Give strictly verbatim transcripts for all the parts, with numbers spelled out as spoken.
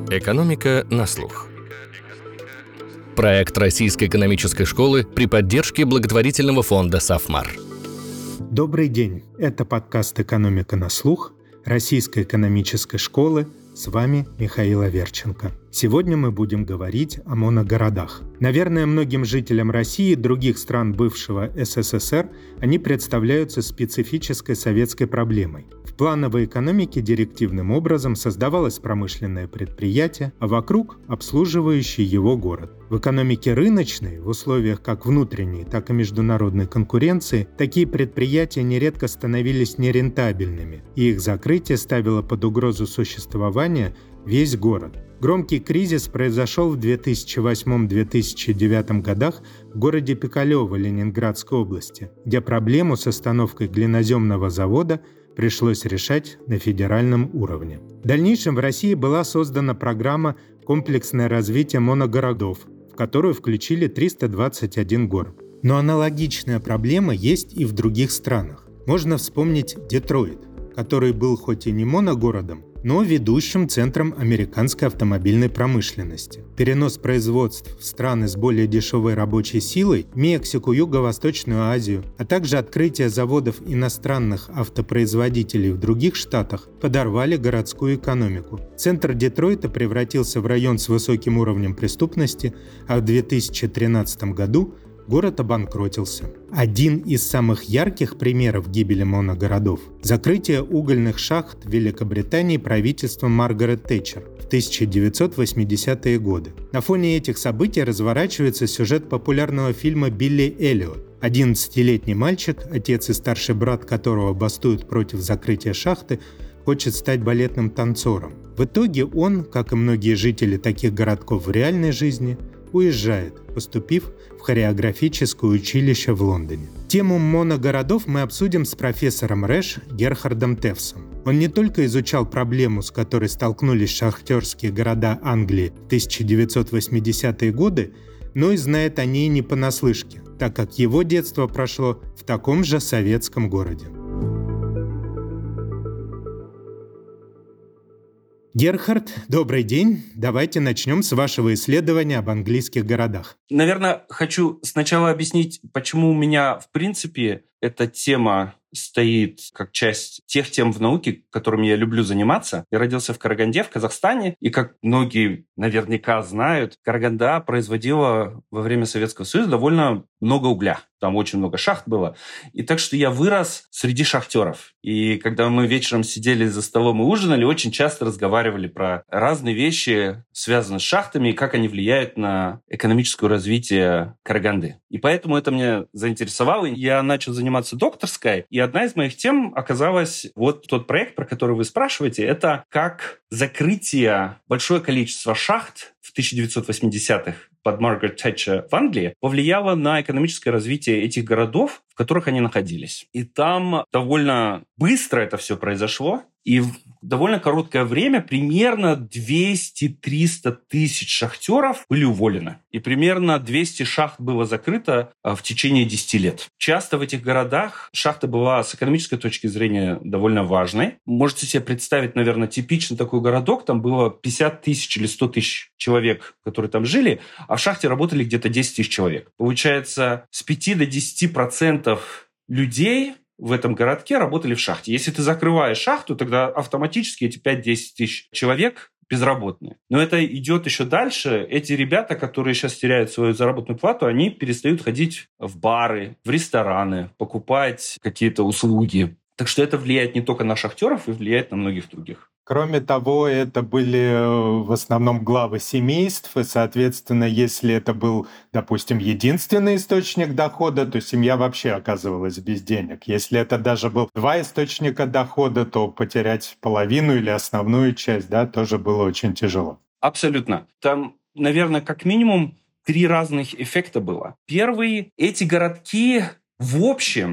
Экономика на слух. Проект Российской экономической школы при поддержке благотворительного фонда «Сафмар». Добрый день. Это подкаст «Экономика на слух» Российской экономической школы. С вами Михаил Аверченко. Сегодня мы будем говорить о моногородах. Наверное, многим жителям России и других стран бывшего СССР они представляются специфической советской проблемой. В плановой экономике директивным образом создавалось промышленное предприятие, а вокруг обслуживающий его город. В экономике рыночной, в условиях как внутренней, так и международной конкуренции, такие предприятия нередко становились нерентабельными, и их закрытие ставило под угрозу существования весь город. Громкий кризис произошел в две тысячи восьмом - две тысячи девятом годах в городе Пикалево Ленинградской области, где проблему с остановкой глиноземного завода пришлось решать на федеральном уровне. В дальнейшем в России была создана программа «Комплексное развитие моногородов», в которую включили триста двадцать один город. Но аналогичная проблема есть и в других странах. Можно вспомнить Детройт, который был хоть и не моногородом, но ведущим центром американской автомобильной промышленности. Перенос производств в страны с более дешевой рабочей силой, Мексику, Юго-Восточную Азию, а также открытие заводов иностранных автопроизводителей в других штатах подорвали городскую экономику. Центр Детройта превратился в район с высоким уровнем преступности, а в две тысячи тринадцатом году город обанкротился. Один из самых ярких примеров гибели моногородов – закрытие угольных шахт в Великобритании правительством Маргарет Тэтчер в тысяча девятьсот восьмидесятые годы. На фоне этих событий разворачивается сюжет популярного фильма «Билли Эллиот». одиннадцатилетний мальчик, отец и старший брат которого бастуют против закрытия шахты, хочет стать балетным танцором. В итоге он, как и многие жители таких городков в реальной жизни, уезжает, поступив в хореографическое училище в Лондоне. Тему моногородов мы обсудим с профессором РЭШ Герхардом Тефсом. Он не только изучал проблему, с которой столкнулись шахтерские города Англии в тысяча девятьсот восьмидесятые годы, но и знает о ней не понаслышке, так как его детство прошло в таком же советском городе. Герхард, добрый день. Давайте начнем с вашего исследования об английских городах. Наверное, хочу сначала объяснить, почему у меня, в принципе, эта тема стоит как часть тех тем в науке, которыми я люблю заниматься. Я родился в Караганде, в Казахстане, и, как многие наверняка знают, Караганда производила во время Советского Союза довольно много угля. Там очень много шахт было. И так что я вырос среди шахтеров. И когда мы вечером сидели за столом и ужинали, очень часто разговаривали про разные вещи, связанные с шахтами, и как они влияют на экономическое развитие Караганды. И поэтому это меня заинтересовало. Я начал заниматься докторской, и одна из моих тем оказалась вот тот проект, про который вы спрашиваете, это как закрытие большое количество шахт в тысяча девятьсот восьмидесятых под Маргарет Тэтчер в Англии повлияло на экономическое развитие этих городов, в которых они находились. И там довольно быстро это все произошло, и в довольно короткое время примерно двести-триста тысяч шахтеров были уволены. И примерно двести шахт было закрыто в течение десяти лет. Часто в этих городах шахта была с экономической точки зрения довольно важной. Можете себе представить, наверное, типичный такой городок. Там было пятьдесят тысяч или сто тысяч человек, которые там жили, а в шахте работали где-то десять тысяч человек. Получается, с пяти до десяти процентов людей в этом городке работали в шахте. Если ты закрываешь шахту, тогда автоматически эти пять-десять тысяч человек безработные. Но это идет еще дальше. Эти ребята, которые сейчас теряют свою заработную плату, они перестают ходить в бары, в рестораны, покупать какие-то услуги. Так что это влияет не только на шахтеров, и влияет на многих других. Кроме того, это были в основном главы семейств, и, соответственно, если это был, допустим, единственный источник дохода, то семья вообще оказывалась без денег. Если это даже был два источника дохода, то потерять половину или основную часть, да, тоже было очень тяжело. Абсолютно. Там, наверное, как минимум три разных эффекта было. Первый, эти городки в общем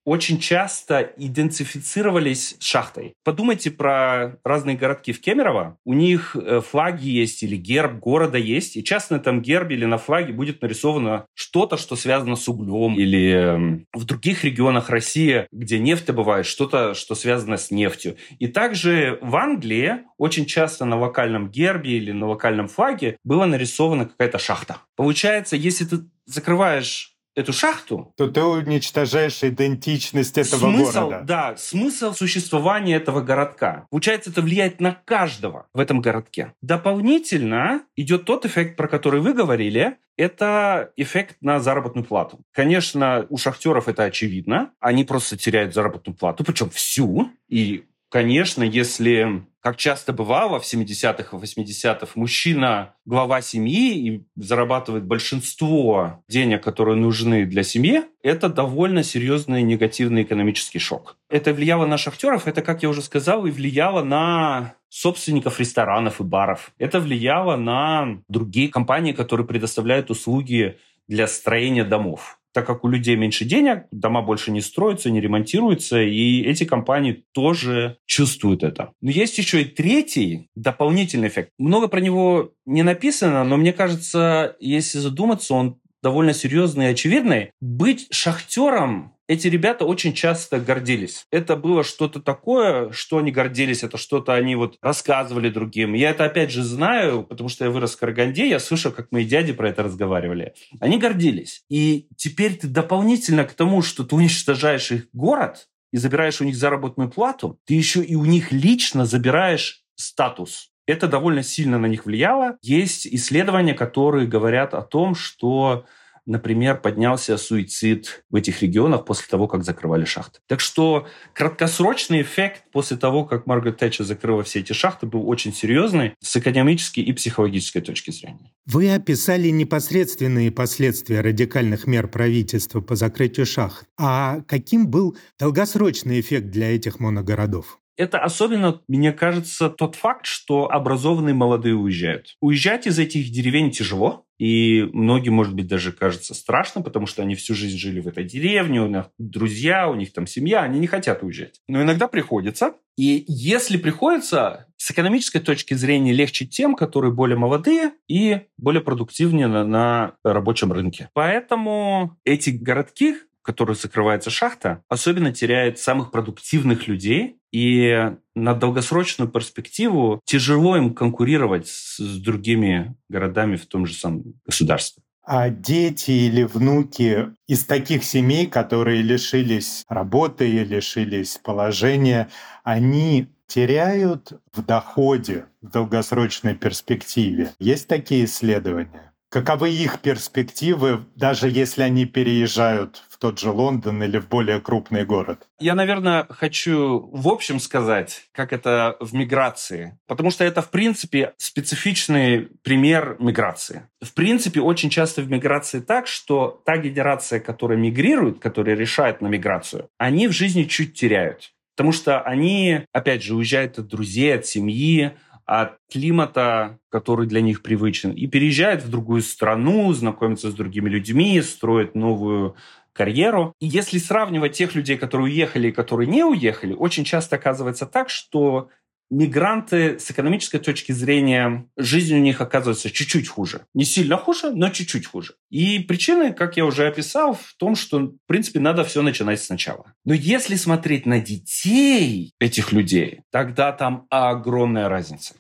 очень часто идентифицировались с шахтой. Подумайте про разные городки в Кемерово. У них флаги есть или герб города есть, и часто на этом гербе или на флаге будет нарисовано что-то, что связано с углем, или в других регионах России, где нефть добывают, что-то, что связано с нефтью. И также в Англии очень часто на локальном гербе или на локальном флаге была нарисована какая-то шахта. Получается, если ты закрываешь эту шахту, то ты уничтожаешь идентичность этого смысл, города. Да, смысл существования этого городка. Получается, это влияет на каждого в этом городке. Дополнительно идет тот эффект, про который вы говорили, это эффект на заработную плату. Конечно, у шахтеров это очевидно. Они просто теряют заработную плату, причем всю. И, конечно, если, как часто бывало в семидесятых и восьмидесятых, мужчина глава семьи и зарабатывает большинство денег, которые нужны для семьи, это довольно серьезный негативный экономический шок. Это влияло на шахтеров, это, как я уже сказал, и влияло на собственников ресторанов и баров. Это влияло на другие компании, которые предоставляют услуги для строения домов. Так как у людей меньше денег, дома больше не строятся, не ремонтируются, и эти компании тоже чувствуют это. Но есть еще и третий дополнительный эффект. Много про него не написано, но мне кажется, если задуматься, он довольно серьезный и очевидный. Быть шахтером эти ребята очень часто гордились. Это было что-то такое, что они гордились, это что-то они вот рассказывали другим. Я это опять же знаю, потому что я вырос в Караганде, я слышал, как мои дяди про это разговаривали. Они гордились. И теперь ты дополнительно к тому, что ты уничтожаешь их город и забираешь у них заработную плату, ты еще и у них лично забираешь статус. Это довольно сильно на них влияло. Есть исследования, которые говорят о том, что, например, поднялся суицид в этих регионах после того, как закрывали шахты. Так что краткосрочный эффект после того, как Маргарет Тэтчер закрыла все эти шахты, был очень серьезный с экономической и психологической точки зрения. Вы описали непосредственные последствия радикальных мер правительства по закрытию шахт. А каким был долгосрочный эффект для этих моногородов? Это особенно, мне кажется, тот факт, что образованные молодые уезжают. Уезжать из этих деревень тяжело, и многим, может быть, даже кажется страшно, потому что они всю жизнь жили в этой деревне, у них друзья, у них там семья, они не хотят уезжать. Но иногда приходится. И если приходится, с экономической точки зрения легче тем, которые более молодые и более продуктивнее на, на рабочем рынке. Поэтому эти городки, в которых закрывается шахта, особенно теряют самых продуктивных людей, и на долгосрочную перспективу тяжело им конкурировать с, с другими городами в том же самом государстве. А дети или внуки из таких семей, которые лишились работы и лишились положения, они теряют в доходе в долгосрочной перспективе? Есть такие исследования? Каковы их перспективы, даже если они переезжают в тот же Лондон или в более крупный город? Я, наверное, хочу в общем сказать, как это в миграции, потому что это, в принципе, специфичный пример миграции. В принципе, очень часто в миграции так, что та генерация, которая мигрирует, которая решает на миграцию, они в жизни чуть теряют, потому что они, опять же, уезжают от друзей, от семьи, от климата, который для них привычен, и переезжают в другую страну, знакомятся с другими людьми, строят новую карьеру. И если сравнивать тех людей, которые уехали и которые не уехали, очень часто оказывается так, что мигранты с экономической точки зрения, жизнь у них оказывается чуть-чуть хуже. Не сильно хуже, но чуть-чуть хуже. И причины, как я уже описал, в том, что, в принципе, надо все начинать сначала. Но если смотреть на детей этих людей, тогда там огромная разница.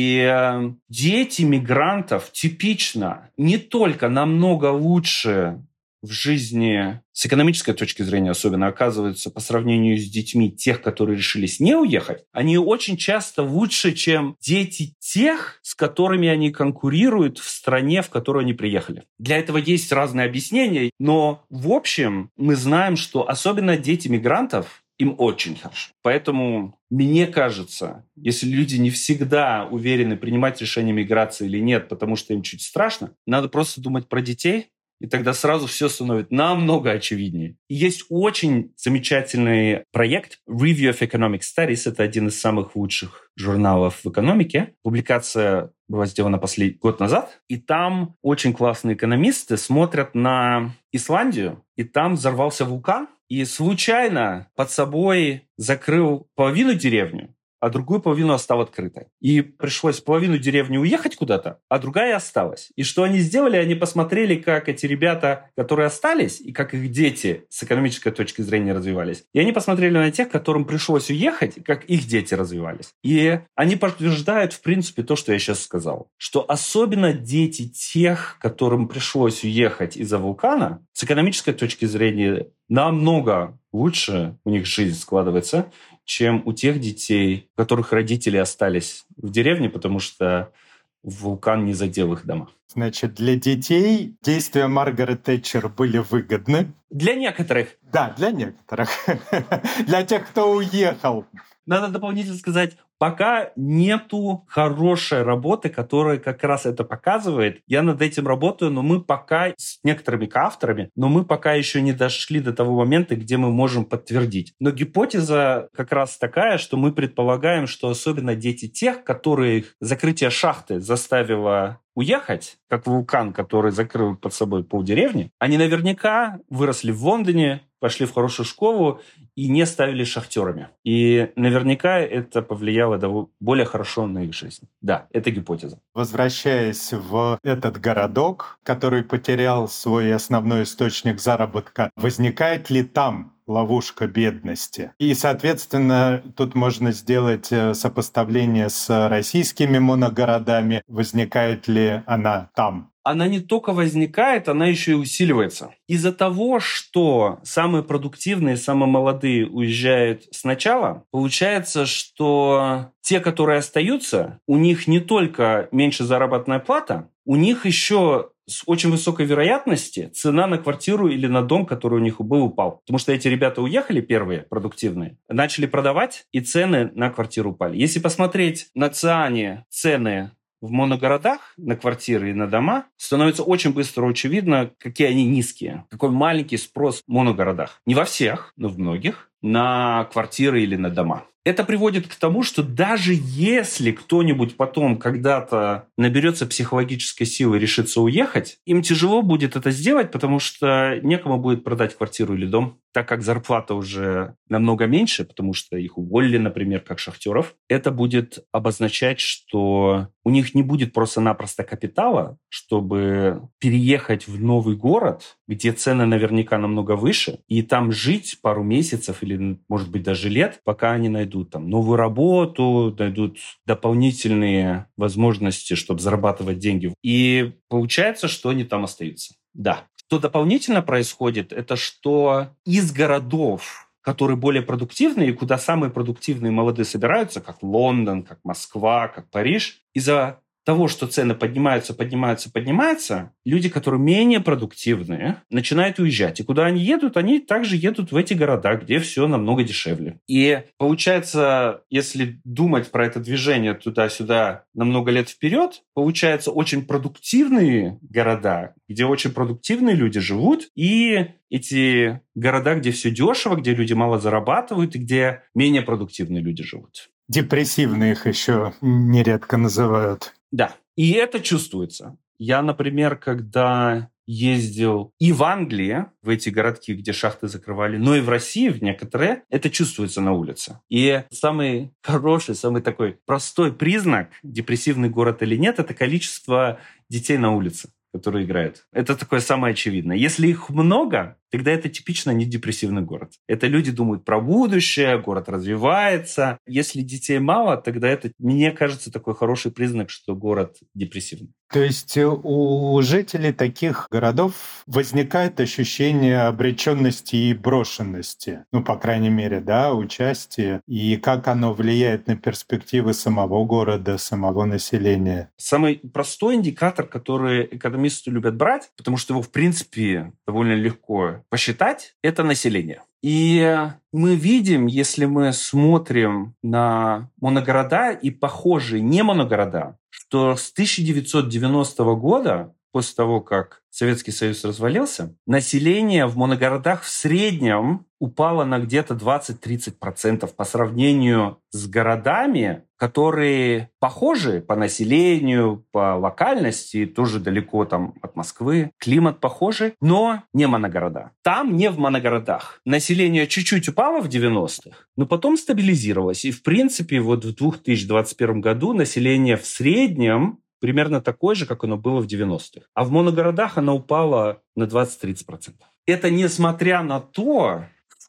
И дети мигрантов типично не только намного лучше в жизни с экономической точки зрения особенно оказываются по сравнению с детьми тех, которые решились не уехать, они очень часто лучше, чем дети тех, с которыми они конкурируют в стране, в которую они приехали. Для этого есть разные объяснения, но в общем мы знаем, что особенно дети мигрантов им очень хорошо. Поэтому мне кажется, если люди не всегда уверены, принимать решение миграции или нет, потому что им чуть страшно, надо просто думать про детей, и тогда сразу все становится намного очевиднее. И есть очень замечательный проект Review of Economic Studies. Это один из самых лучших журналов в экономике. Публикация была сделана последний год назад. И там очень классные экономисты смотрят на Исландию и там взорвался вулкан, и случайно под собой закрыл половину деревни, а другую половину оставил открытой. И пришлось половину деревни уехать куда-то, а другая осталась. И что они сделали? Они посмотрели, как эти ребята, которые остались, и как их дети с экономической точки зрения развивались. И они посмотрели на тех, которым пришлось уехать, как их дети развивались. И они подтверждают, в принципе, то, что я сейчас сказал. Что особенно дети тех, которым пришлось уехать из-за вулкана, с экономической точки зрения намного лучше у них жизнь складывается, чем у тех детей, у которых родители остались в деревне, потому что вулкан не задел их дома. Значит, для детей действия Маргарет Тэтчер были выгодны. Для некоторых. Да, для некоторых. Для тех, кто уехал. Надо дополнительно сказать, пока нету хорошей работы, которая как раз это показывает. Я над этим работаю, но мы пока с некоторыми авторами, но мы пока еще не дошли до того момента, где мы можем подтвердить. Но гипотеза как раз такая, что мы предполагаем, что особенно дети тех, которых закрытие шахты заставило уехать, как вулкан, который закрыл под собой полдеревни, они наверняка выросли в Лондоне, пошли в хорошую школу и не стали шахтерами. И наверняка это повлияло более хорошо на их жизнь. Да, это гипотеза. Возвращаясь в этот городок, который потерял свой основной источник заработка, возникает ли там ловушка бедности? И, соответственно, тут можно сделать сопоставление с российскими моногородами. Возникает ли она там? Она не только возникает, она еще и усиливается. Из-за того, что самые продуктивные, самые молодые уезжают сначала, получается, что те, которые остаются, у них не только меньше заработная плата, у них еще с очень высокой вероятностью цена на квартиру или на дом, который у них был, упал. Потому что эти ребята уехали, первые, продуктивные, начали продавать, и цены на квартиру упали. Если посмотреть на ЦИАНе цены в моногородах на квартиры и на дома, становится очень быстро очевидно, какие они низкие, какой маленький спрос в моногородах. Не во всех, но в многих, на квартиры или на дома. Это приводит к тому, что даже если кто-нибудь потом когда-то наберется психологической силы и решится уехать, им тяжело будет это сделать, потому что некому будет продать квартиру или дом, так как зарплата уже намного меньше, потому что их уволили, например, как шахтеров. Это будет обозначать, что у них не будет просто-напросто капитала, чтобы переехать в новый город, где цены наверняка намного выше, и там жить пару месяцев или, может быть, даже лет, пока они найдут там новую работу, найдут дополнительные возможности, чтобы зарабатывать деньги. И получается, что они там остаются. Да. Что дополнительно происходит, это что из городов, которые более продуктивные, и куда самые продуктивные молодые собираются, как Лондон, как Москва, как Париж, из-за того, что цены поднимаются, поднимаются, поднимаются, люди, которые менее продуктивные, начинают уезжать. И куда они едут? Они также едут в эти города, где все намного дешевле. И получается, если думать про это движение туда-сюда на много лет вперед, получается очень продуктивные города, где очень продуктивные люди живут, и эти города, где все дешево, где люди мало зарабатывают, и где менее продуктивные люди живут. Депрессивные их еще нередко называют. Да, и это чувствуется. Я, например, когда ездил и в Англии, в эти городки, где шахты закрывали, но и в России, в некоторые, это чувствуется на улице. И самый хороший, самый такой простой признак, депрессивный город или нет, это количество детей на улице, которые играют. Это такое самое очевидное. Если их много, тогда это типично не депрессивный город. Это люди думают про будущее, город развивается. Если детей мало, тогда это, мне кажется, такой хороший признак, что город депрессивный. То есть у жителей таких городов возникает ощущение обреченности и брошенности. Ну, по крайней мере, да, участие. И как оно влияет на перспективы самого города, самого населения. Самый простой индикатор, который экономисты любят брать, потому что его, в принципе, довольно легко посчитать, это население. И мы видим, если мы смотрим на моногорода и похожие не моногорода, что с тысяча девятьсот девяностого года после того, как Советский Союз развалился, население в моногородах в среднем упало на где-то двадцать-тридцать процентов по сравнению с городами, которые похожи по населению, по локальности, тоже далеко там от Москвы. Климат похожий, но не моногорода. Там не в моногородах. Население чуть-чуть упало в девяностых, но потом стабилизировалось. И, в принципе, вот в две тысячи двадцать первом году население в среднем примерно такое же, как оно было в девяностых. А в моногородах оно упало на двадцать-тридцать процентов. Это несмотря на то,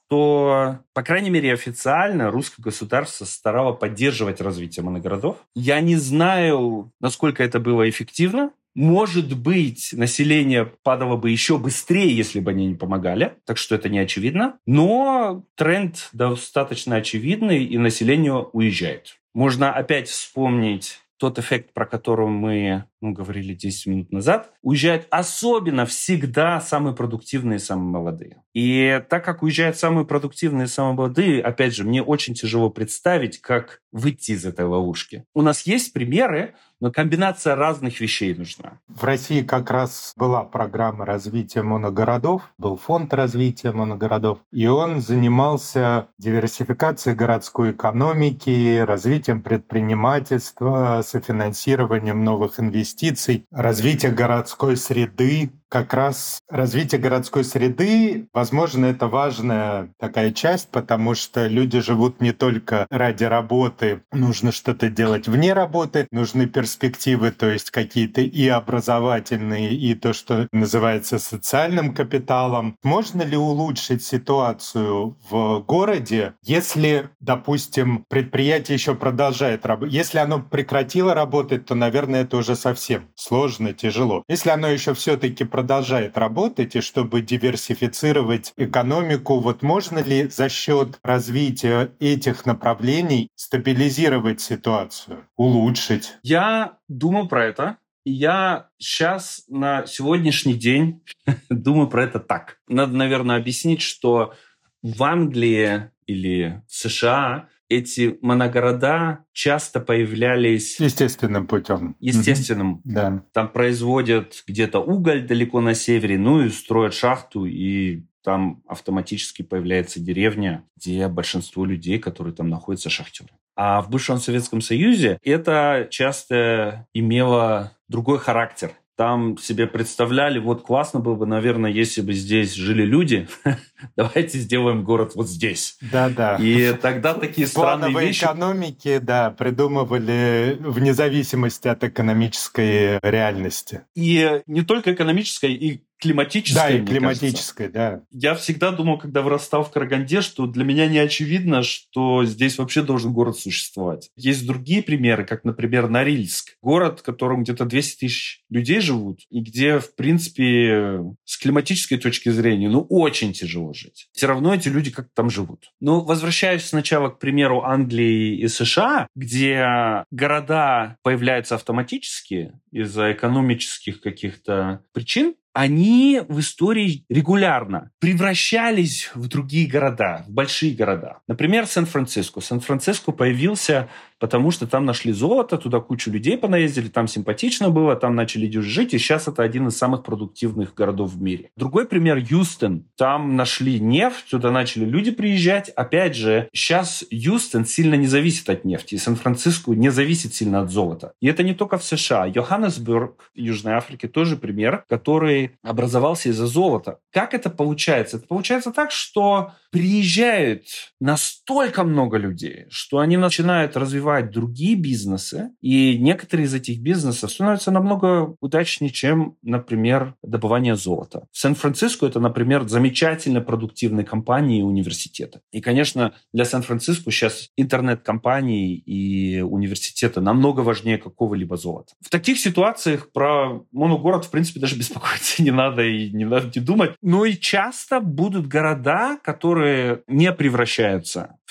что, по крайней мере, официально русское государство старало поддерживать развитие моногородов. Я не знаю, насколько это было эффективно. Может быть, население падало бы еще быстрее, если бы они не помогали. Так что это не очевидно. Но тренд достаточно очевидный, и население уезжает. Можно опять вспомнить тот эффект, про который мы ну, говорили десять минут назад. Уезжают особенно всегда самые продуктивные и самые молодые. И так как уезжают самые продуктивные и самые молодые, опять же, мне очень тяжело представить, как выйти из этой ловушки. У нас есть примеры, но комбинация разных вещей нужна. В России как раз была программа развития моногородов, был фонд развития моногородов, и он занимался диверсификацией городской экономики, развитием предпринимательства, софинансированием новых инвестиций, развитием городской среды. Как раз развитие городской среды, возможно, это важная такая часть, потому что люди живут не только ради работы, нужно что-то делать вне работы, нужны перспективы, то есть какие-то и образовательные, и то, что называется социальным капиталом. Можно ли улучшить ситуацию в городе, если, допустим, предприятие еще продолжает работать? Если оно прекратило работать, то, наверное, это уже совсем сложно, тяжело. Если оно еще все-таки продолжает работать, и чтобы диверсифицировать экономику, вот можно ли за счет развития этих направлений стабилизировать ситуацию, улучшить? Я думал про это. И я сейчас на сегодняшний день думаю про это так. Надо, наверное, объяснить, что в Англии или в США эти моногорода часто появлялись... Естественным путем. Естественным. Mm-hmm. Да. Там производят где-то уголь далеко на севере, ну и строят шахту, и там автоматически появляется деревня, где большинство людей, которые там находятся, шахтеры. А в бывшем Советском Союзе это часто имело другой характер. Там себе представляли, вот классно было бы, наверное, если бы здесь жили люди, давайте сделаем город вот здесь. Да-да. И тогда такие странные Плановые вещи... экономики, да, придумывали вне зависимости от экономической реальности. И не только экономической, и климатической, да, и мне климатической, кажется. да. Я всегда думал, когда вырастал в Караганде, что для меня не очевидно, что здесь вообще должен город существовать. Есть другие примеры, как, например, Норильск. Город, в котором где-то двести тысяч людей живут, и где, в принципе, с климатической точки зрения, ну, очень тяжело жить. Все равно эти люди как-то там живут. Но возвращаясь сначала к примеру Англии и США, где города появляются автоматически из-за экономических каких-то причин, они в истории регулярно превращались в другие города, в большие города. Например, Сан-Франциско. Сан-Франциско появился, потому что там нашли золото, туда кучу людей понаездили, там симпатично было, там начали люди жить, и сейчас это один из самых продуктивных городов в мире. Другой пример — Хьюстон. Там нашли нефть, туда начали люди приезжать. Опять же, сейчас Хьюстон сильно не зависит от нефти, и Сан-Франциско не зависит сильно от золота. И это не только в США. Йоханнесбург, Южной Африке, тоже пример, который образовался из-за золота. Как это получается? Это получается так, что приезжает настолько много людей, что они начинают развивать другие бизнесы, и некоторые из этих бизнесов становятся намного удачнее, чем, например, добывание золота. В Сан-Франциско это, например, замечательно продуктивные компании и университеты. И, конечно, для Сан-Франциско сейчас интернет-компании и университеты намного важнее какого-либо золота. В таких ситуациях про моногород, в принципе, даже беспокоиться не надо и не надо не думать. Но и часто будут города, которые не превращаются в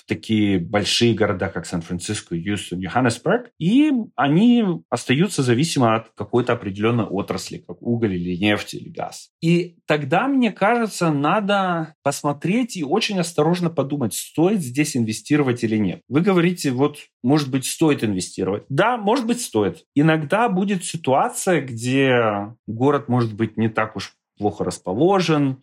такие большие города, как Сан-Франциско, Хьюстон, Йоханнесбург, и они остаются зависимы от какой-то определенной отрасли, как уголь или нефть или газ. И тогда, мне кажется, надо посмотреть и очень осторожно подумать, стоит здесь инвестировать или нет. Вы говорите, вот, может быть, стоит инвестировать. Да, может быть, стоит. Иногда будет ситуация, где город может быть не так уж плохо расположен,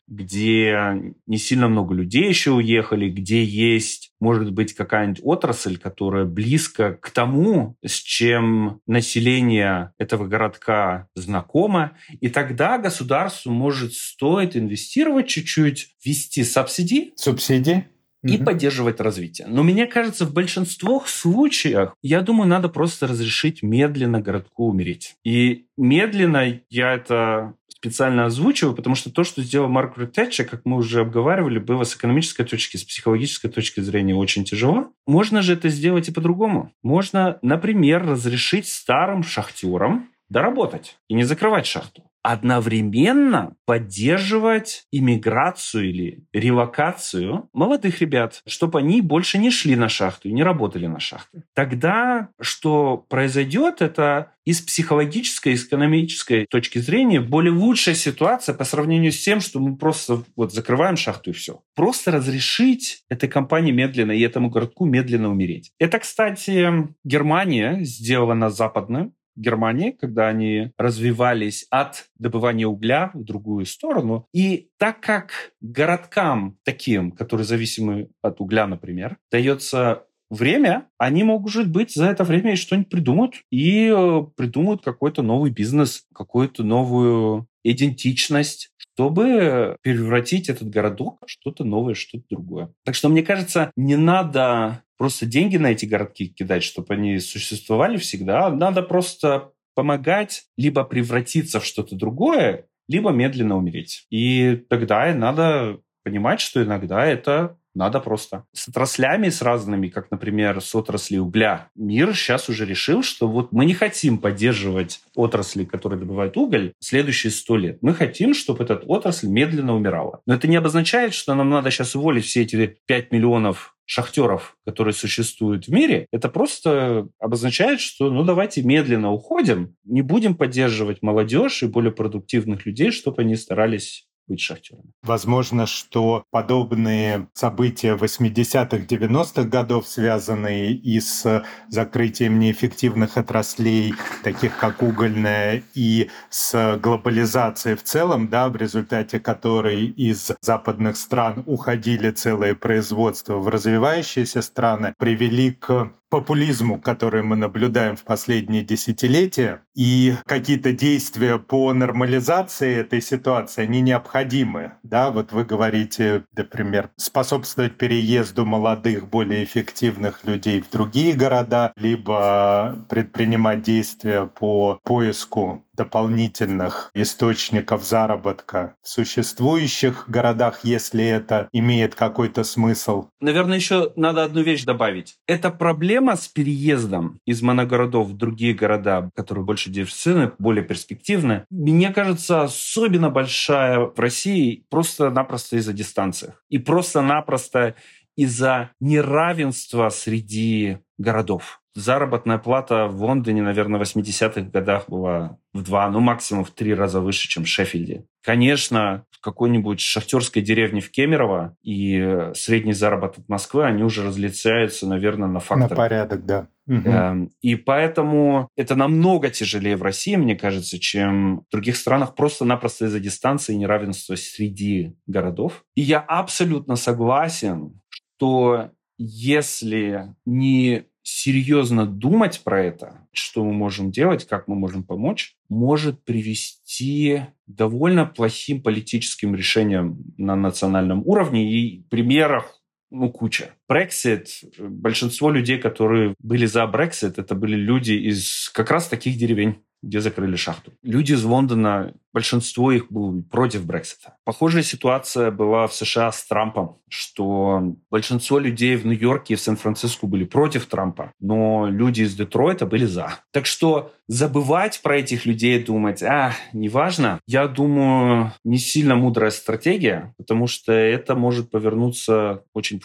где не сильно много людей еще уехали, где есть, может быть, какая-нибудь отрасль, которая близко к тому, с чем население этого городка знакомо. И тогда государству может стоить инвестировать чуть-чуть, ввести субсидии. Субсидии? И Мгм. поддерживать развитие. Но мне кажется, в большинстве случаев, я думаю, надо просто разрешить медленно городку умереть. И медленно я это специально озвучиваю, потому что то, что сделал Маргарет Тэтчер, как мы уже обговаривали, было с экономической точки, с психологической точки зрения очень тяжело. Можно же это сделать и по-другому. Можно, например, разрешить старым шахтерам доработать и не закрывать шахту. Одновременно поддерживать иммиграцию или релокацию молодых ребят, чтобы они больше не шли на шахту и не работали на шахте. Тогда что произойдет, это из психологической, из экономической точки зрения более лучшая ситуация по сравнению с тем, что мы просто вот закрываем шахту и все. Просто разрешить этой компании медленно и этому городку медленно умереть. Это, кстати, Германия сделала на западном Германии, когда они развивались от добывания угля в другую сторону. И так как городкам таким, которые зависимы от угля, например, дается время, они могут быть за это время и что-нибудь придумают, и э, придумают какой-то новый бизнес, какую-то новую идентичность, чтобы превратить этот городок в что-то новое, что-то другое. Так что, мне кажется, не надо просто деньги на эти городки кидать, чтобы они существовали всегда. Надо просто помогать либо превратиться в что-то другое, либо медленно умереть. И тогда надо понимать, что иногда это надо просто. С отраслями, с разными, как, например, с отраслью угля, мир сейчас уже решил, что вот мы не хотим поддерживать отрасли, которые добывают уголь, следующие сто лет. Мы хотим, чтобы эта отрасль медленно умирала. Но это не обозначает, что нам надо сейчас уволить все эти пять миллионов шахтеров, которые существуют в мире. Это просто обозначает, что ну давайте медленно уходим, не будем поддерживать молодежь и более продуктивных людей, чтобы они старались быть шахтерами. Возможно, что подобные события восьмидесятых, девяностых годов, связанные и с закрытием неэффективных отраслей, таких как угольная, и с глобализацией в целом, да, в результате которой из западных стран уходили целые производства в развивающиеся страны, привели к популизму, который мы наблюдаем в последние десятилетия, и какие-то действия по нормализации этой ситуации, они необходимы. Да? Вот вы говорите, например, способствовать переезду молодых, более эффективных людей в другие города, либо предпринимать действия по поиску дополнительных источников заработка в существующих городах, если это имеет какой-то смысл. Наверное, еще надо одну вещь добавить. Это проблема с переездом из моногородов в другие города, которые больше дефицитны, более перспективны, мне кажется, особенно большая в России просто-напросто из-за дистанции. И просто-напросто из-за неравенства среди городов. Заработная плата в Лондоне, наверное, в восьмидесятых годах была в два, ну максимум в три раза выше, чем в Шеффилде. Конечно, в какой-нибудь шахтерской деревне в Кемерово и средний заработок Москвы, они уже различаются, наверное, на фактор. На порядок, да. Угу. И поэтому это намного тяжелее в России, мне кажется, чем в других странах, просто-напросто из-за дистанции и неравенства среди городов. И я абсолютно согласен, что если не серьезно думать про это, что мы можем делать, как мы можем помочь, может привести к довольно плохим политическим решениям на национальном уровне. И примеров ну, куча. Брексит, большинство людей, которые были за Брексит, это были люди из как раз таких деревень, где закрыли шахту. Люди из Лондона, большинство их было против Брексита. Похожая ситуация была в США с Трампом, что большинство людей в Нью-Йорке и в Сан-Франциско были против Трампа, но люди из Детройта были за. Так что забывать про этих людей, думать, а, неважно, я думаю, не сильно мудрая стратегия, потому что это может повернуться очень плохо.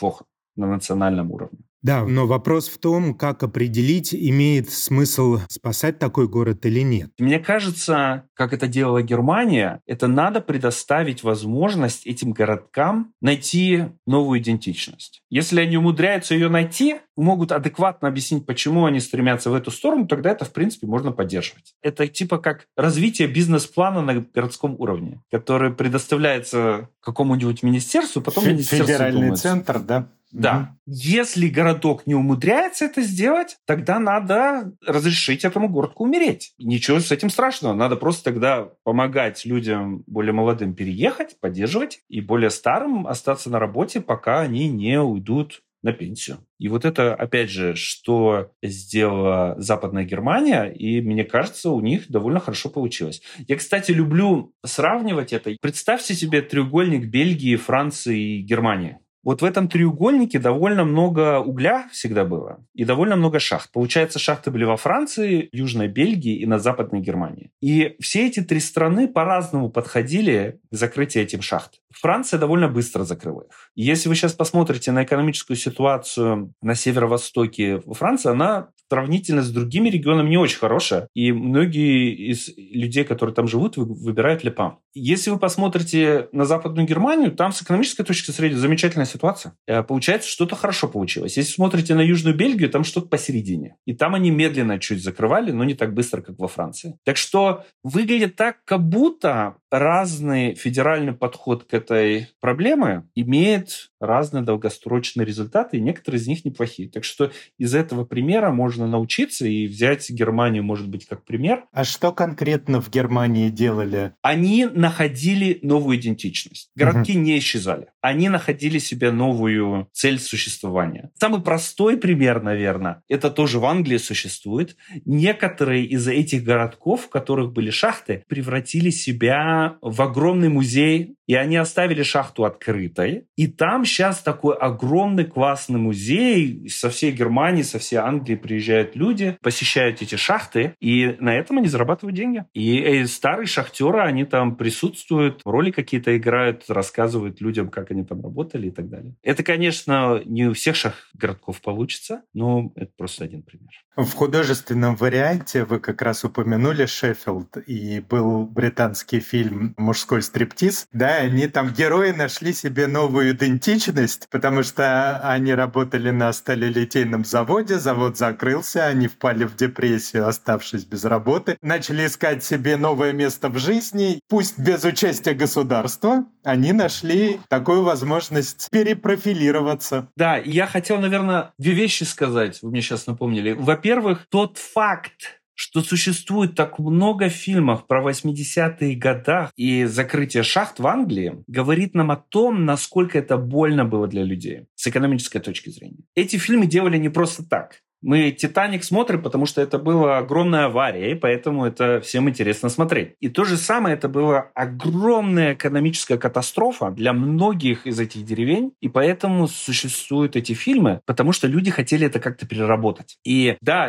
на национальном уровне. Да, но вопрос в том, как определить, имеет смысл спасать такой город или нет. Мне кажется, как это делала Германия, это надо предоставить возможность этим городкам найти новую идентичность. Если они умудряются ее найти, могут адекватно объяснить, почему они стремятся в эту сторону, тогда это, в принципе, можно поддерживать. Это типа как развитие бизнес-плана на городском уровне, который предоставляется какому-нибудь министерству, потом Фе- министерство Федеральный думает. центр, да? Да. Угу. Если городок не умудряется это сделать, тогда надо разрешить этому городку умереть. Ничего с этим страшного. Надо просто тогда помогать людям более молодым переехать, поддерживать, и более старым остаться на работе, пока они не уйдут на пенсию. И вот это, опять же, что сделала Западная Германия, и мне кажется, у них довольно хорошо получилось. Я, кстати, люблю сравнивать это. Представьте себе треугольник Бельгии, Франции и Германии. Вот в этом треугольнике довольно много угля всегда было и довольно много шахт. Получается, шахты были во Франции, Южной Бельгии и на Западной Германии. И все эти три страны по-разному подходили к закрытию этих шахт. Франция довольно быстро закрыла их. И если вы сейчас посмотрите на экономическую ситуацию на северо-востоке Франции, она сравнительно с другими регионами не очень хорошая. И многие из людей, которые там живут, выбирают Ле-Пан. Если вы посмотрите на Западную Германию, там с экономической точки зрения замечательная ситуация. Получается, что-то хорошо получилось. Если смотрите на Южную Бельгию, там что-то посередине. И там они медленно чуть закрывали, но не так быстро, как во Франции. Так что выглядит так, как будто разный федеральный подход к этой проблеме имеет разные долгосрочные результаты, и некоторые из них неплохие. Так что из этого примера можно научиться и взять Германию, может быть, как пример. А что конкретно в Германии делали? Они находили новую идентичность. Городки угу. не исчезали. Они находили себе новую цель существования. Самый простой пример, наверное, это тоже в Англии существует. Некоторые из этих городков, в которых были шахты, превратили себя в огромный музей, и они оставили шахту открытой. И там сейчас такой огромный классный музей. Со всей Германии, со всей Англии приезжают люди, посещают эти шахты, и на этом они зарабатывают деньги. И, и старые шахтеры, они там присутствуют, роли какие-то играют, рассказывают людям, как они там работали и так далее. Это, конечно, не у всех шах городков получится, но это просто один пример. В художественном варианте вы как раз упомянули Шеффилд, и был британский фильм «Мужской стриптиз». Да, они там, герои, нашли себе новую идентичность, потому что они работали на сталелитейном заводе, завод закрылся, они впали в депрессию, оставшись без работы, начали искать себе новое место в жизни, пусть без участия государства, они нашли такую возможность перепрофилироваться. Да, я хотел, наверное, две вещи сказать, вы мне сейчас напомнили. Во-первых, тот факт, что существует так много фильмов про восьмидесятые годы и закрытие шахт в Англии, говорит нам о том, насколько это больно было для людей с экономической точки зрения. Эти фильмы делали не просто так. Мы «Титаник» смотрим, потому что это была огромная авария, и поэтому это всем интересно смотреть. И то же самое, это была огромная экономическая катастрофа для многих из этих деревень, и поэтому существуют эти фильмы, потому что люди хотели это как-то переработать. И да,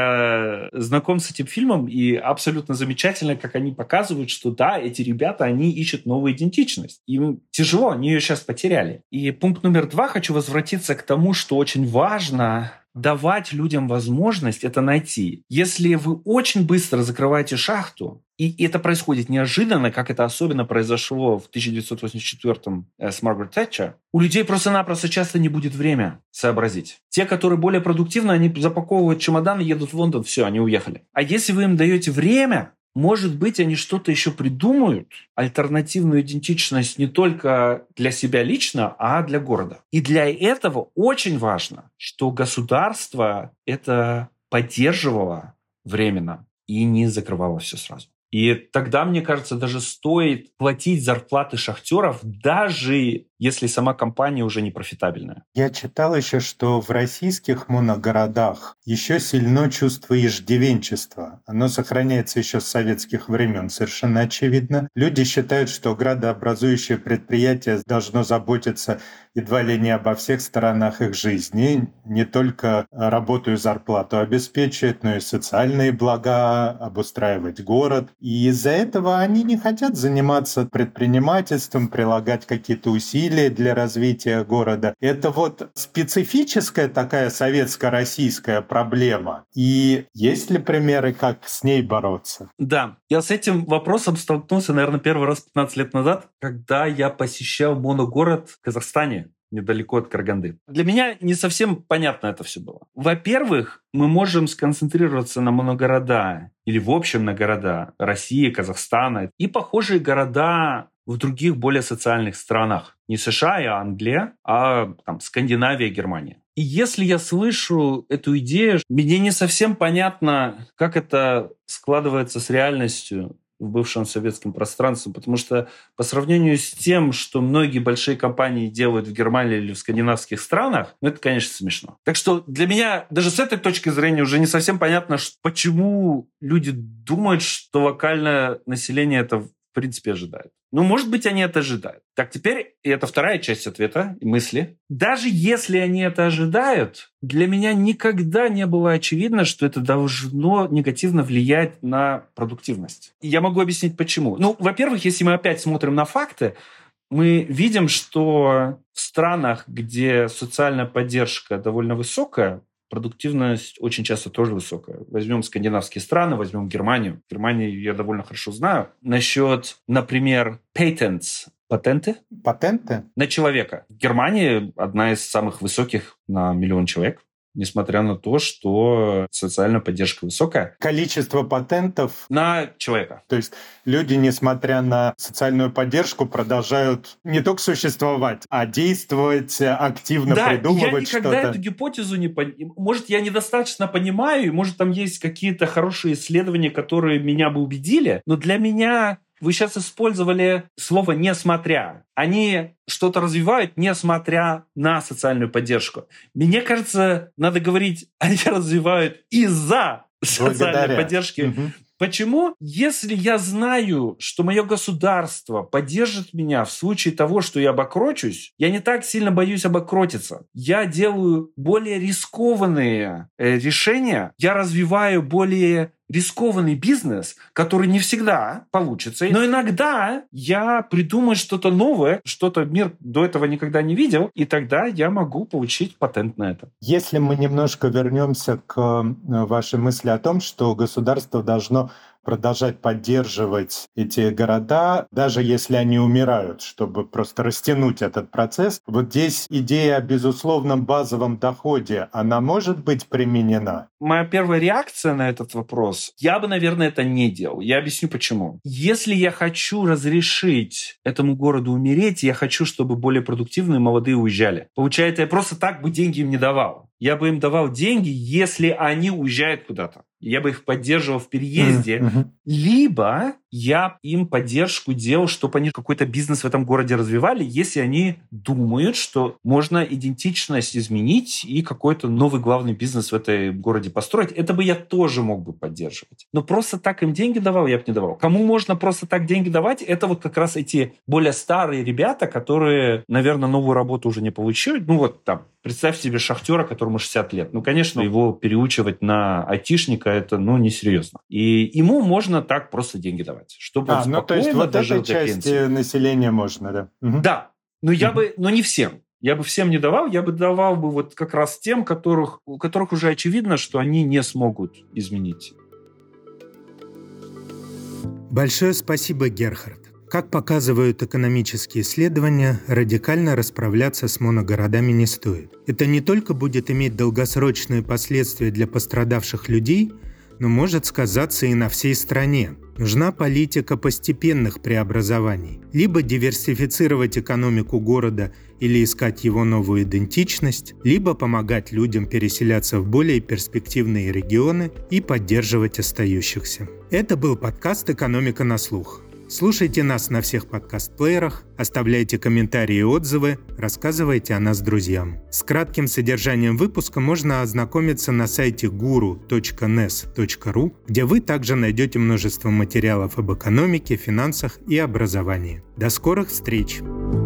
я знаком с этим фильмом, и абсолютно замечательно, как они показывают, что да, эти ребята, они ищут новую идентичность. Им тяжело, они ее сейчас потеряли. И пункт номер два, хочу возвратиться к тому, что очень важно — давать людям возможность это найти. Если вы очень быстро закрываете шахту, и это происходит неожиданно, как это особенно произошло в тысяча девятьсот восемьдесят четвёртом с Маргарет Тэтчер, у людей просто-напросто часто не будет времени сообразить. Те, которые более продуктивны, они запаковывают чемодан и едут в Лондон, все, они уехали. А если вы им даете время, может быть, они что-то еще придумают, альтернативную идентичность не только для себя лично, а для города. И для этого очень важно, что государство это поддерживало временно и не закрывало все сразу. И тогда, мне кажется, даже стоит платить зарплаты шахтеров, даже если сама компания уже не профитабельная. Я читал еще, что в российских моногородах еще сильно чувство иждивенчества. Оно сохраняется еще с советских времен, совершенно очевидно. Люди считают, что градообразующее предприятие должно заботиться едва ли не обо всех сторонах их жизни, не только работу и зарплату обеспечивать, но и социальные блага, обустраивать город. И из-за этого они не хотят заниматься предпринимательством, прилагать какие-то усилия усилия для развития города. Это вот специфическая такая советско-российская проблема. И есть ли примеры, как с ней бороться? Да, я с этим вопросом столкнулся, наверное, первый раз пятнадцать лет назад, когда я посещал моногород в Казахстане, недалеко от Караганды. Для меня не совсем понятно это все было. Во-первых, мы можем сконцентрироваться на моногорода или в общем на города России, Казахстана и похожие города в других более социальных странах. Не США и Англия, а там, Скандинавия, Германия. И если я слышу эту идею, мне не совсем понятно, как это складывается с реальностью в бывшем советском пространстве, потому что по сравнению с тем, что многие большие компании делают в Германии или в скандинавских странах, ну, это, конечно, смешно. Так что для меня даже с этой точки зрения уже не совсем понятно, почему люди думают, что локальное население это в принципе ожидает. Ну, может быть, они это ожидают. Так, теперь, и это вторая часть ответа, мысли. Даже если они это ожидают, для меня никогда не было очевидно, что это должно негативно влиять на продуктивность. И я могу объяснить, почему. Ну, во-первых, если мы опять смотрим на факты, мы видим, что в странах, где социальная поддержка довольно высокая, продуктивность очень часто тоже высокая. Возьмем скандинавские страны, возьмем Германию. Германию я довольно хорошо знаю. Насчет, например, patents, патенты? Патенты? На человека. В Германии одна из самых высоких на миллион человек, несмотря на то, что социальная поддержка высокая. Количество патентов на человека. То есть люди, несмотря на социальную поддержку, продолжают не только существовать, а действовать, активно да, придумывать что-то. Да, я никогда эту гипотезу не понимаю. Может, я недостаточно понимаю, и может, там есть какие-то хорошие исследования, которые меня бы убедили, но для меня... Вы сейчас использовали слово «несмотря». Они что-то развивают, несмотря на социальную поддержку. Мне кажется, надо говорить, они развивают из-за социальной Благодаря. поддержки. Угу. Почему? Если я знаю, что мое государство поддержит меня в случае того, что я обокрочусь, я не так сильно боюсь обокротиться. Я делаю более рискованные э, решения, я развиваю более рискованный бизнес, который не всегда получится. Но иногда я придумаю что-то новое, что-то мир до этого никогда не видел, и тогда я могу получить патент на это. Если мы немножко вернемся к вашей мысли о том, что государство должно продолжать поддерживать эти города, даже если они умирают, чтобы просто растянуть этот процесс. Вот здесь идея о безусловном базовом доходе, она может быть применена? Моя первая реакция на этот вопрос, я бы, наверное, это не делал. Я объясню почему. Если я хочу разрешить этому городу умереть, я хочу, чтобы более продуктивные молодые уезжали. Получается, я просто так бы деньги им не давал. Я бы им давал деньги, если они уезжают куда-то. Я бы их поддерживал в переезде. Mm-hmm. Либо я им поддержку делал, чтобы они какой-то бизнес в этом городе развивали, если они думают, что можно идентичность изменить и какой-то новый главный бизнес в этом городе построить. Это бы я тоже мог бы поддерживать. Но просто так им деньги давал, я бы не давал. Кому можно просто так деньги давать, это вот как раз эти более старые ребята, которые, наверное, новую работу уже не получают. Ну вот там, представь себе шахтера, которому шестьдесят лет. Ну, конечно, его переучивать на айтишника, это, ну, несерьезно. И ему можно так просто деньги давать, чтобы а, он ну, то есть вот этой части пенсии. населения можно, да? Угу. Да, но я угу. бы, но не всем. Я бы всем не давал, я бы давал бы вот как раз тем, которых, у которых уже очевидно, что они не смогут изменить. Большое спасибо, Герхард. Как показывают экономические исследования, радикально расправляться с моногородами не стоит. Это не только будет иметь долгосрочные последствия для пострадавших людей, но может сказаться и на всей стране. Нужна политика постепенных преобразований. Либо диверсифицировать экономику города или искать его новую идентичность, либо помогать людям переселяться в более перспективные регионы и поддерживать остающихся. Это был подкаст «Экономика на слух». Слушайте нас на всех подкаст-плеерах, оставляйте комментарии и отзывы, рассказывайте о нас друзьям. С кратким содержанием выпуска можно ознакомиться на сайте гуру точка нес точка ру, где вы также найдете множество материалов об экономике, финансах и образовании. До скорых встреч!